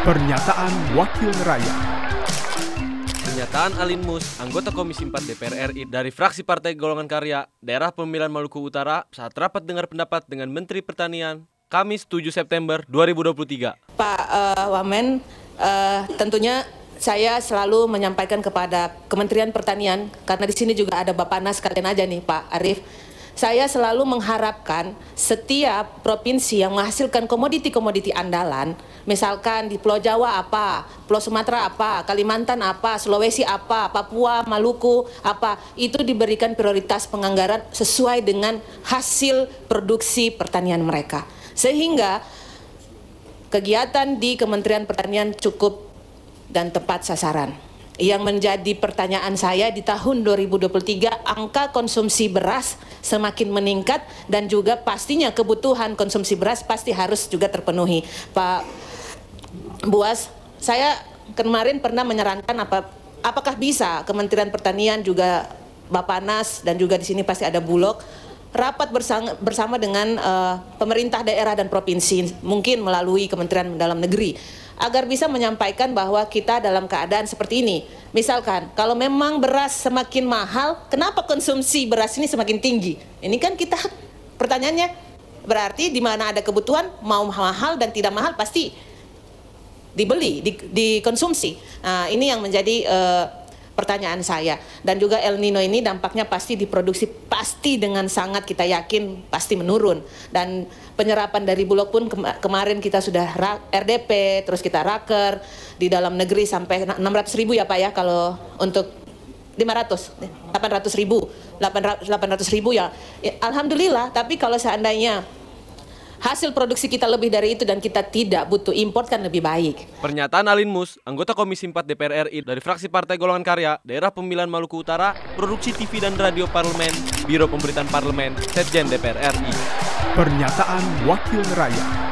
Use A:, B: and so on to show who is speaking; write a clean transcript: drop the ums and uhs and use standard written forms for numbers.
A: Pernyataan Wakil Rakyat.
B: Pernyataan Alin Mus, anggota Komisi 4 DPR RI dari fraksi Partai Golongan Karya, Daerah Pemilihan Maluku Utara saat rapat dengar pendapat dengan Menteri Pertanian, Kamis 7 September 2023.
C: Pak Wamen, tentunya saya selalu menyampaikan kepada Kementerian Pertanian, karena di sini juga ada Bappenas, sekalian aja nih Pak Arief. Saya selalu mengharapkan setiap provinsi yang menghasilkan komoditi-komoditi andalan, misalkan di Pulau Jawa apa, Pulau Sumatera apa, Kalimantan apa, Sulawesi apa, Papua, Maluku apa, itu diberikan prioritas penganggaran sesuai dengan hasil produksi pertanian mereka. Sehingga kegiatan di Kementerian Pertanian cukup dan tepat sasaran. Yang menjadi pertanyaan saya di tahun 2023, angka konsumsi beras semakin meningkat dan juga pastinya kebutuhan konsumsi beras pasti harus juga terpenuhi. Pak Buas, saya kemarin pernah menyarankan apakah bisa Kementerian Pertanian juga Bappenas dan juga di sini pasti ada Bulog rapat bersama dengan pemerintah daerah dan provinsi, mungkin melalui Kementerian Dalam Negeri, agar bisa menyampaikan bahwa kita dalam keadaan seperti ini. Misalkan, kalau memang beras semakin mahal, kenapa konsumsi beras ini semakin tinggi? Ini kan kita, pertanyaannya, berarti di mana ada kebutuhan, mau mahal dan tidak mahal pasti dibeli, dikonsumsi. Nah, ini yang menjadi pertanyaan saya. Dan juga El Nino ini dampaknya pasti diproduksi, pasti dengan sangat kita yakin pasti menurun. Dan penyerapan dari Bulog pun kemarin kita sudah RDP, terus kita raker di dalam negeri sampai 600.000 ya Pak ya, kalau untuk 800.000 ya. Alhamdulillah, tapi kalau seandainya hasil produksi kita lebih dari itu dan kita tidak butuh import kan lebih baik.
B: Pernyataan Alin Mus, anggota Komisi 4 DPR RI dari fraksi Partai Golongan Karya, Daerah Pemilihan Maluku Utara, Produksi TV dan Radio Parlemen, Biro Pemberitaan Parlemen, Setjen DPR RI.
A: Pernyataan Wakil Rakyat.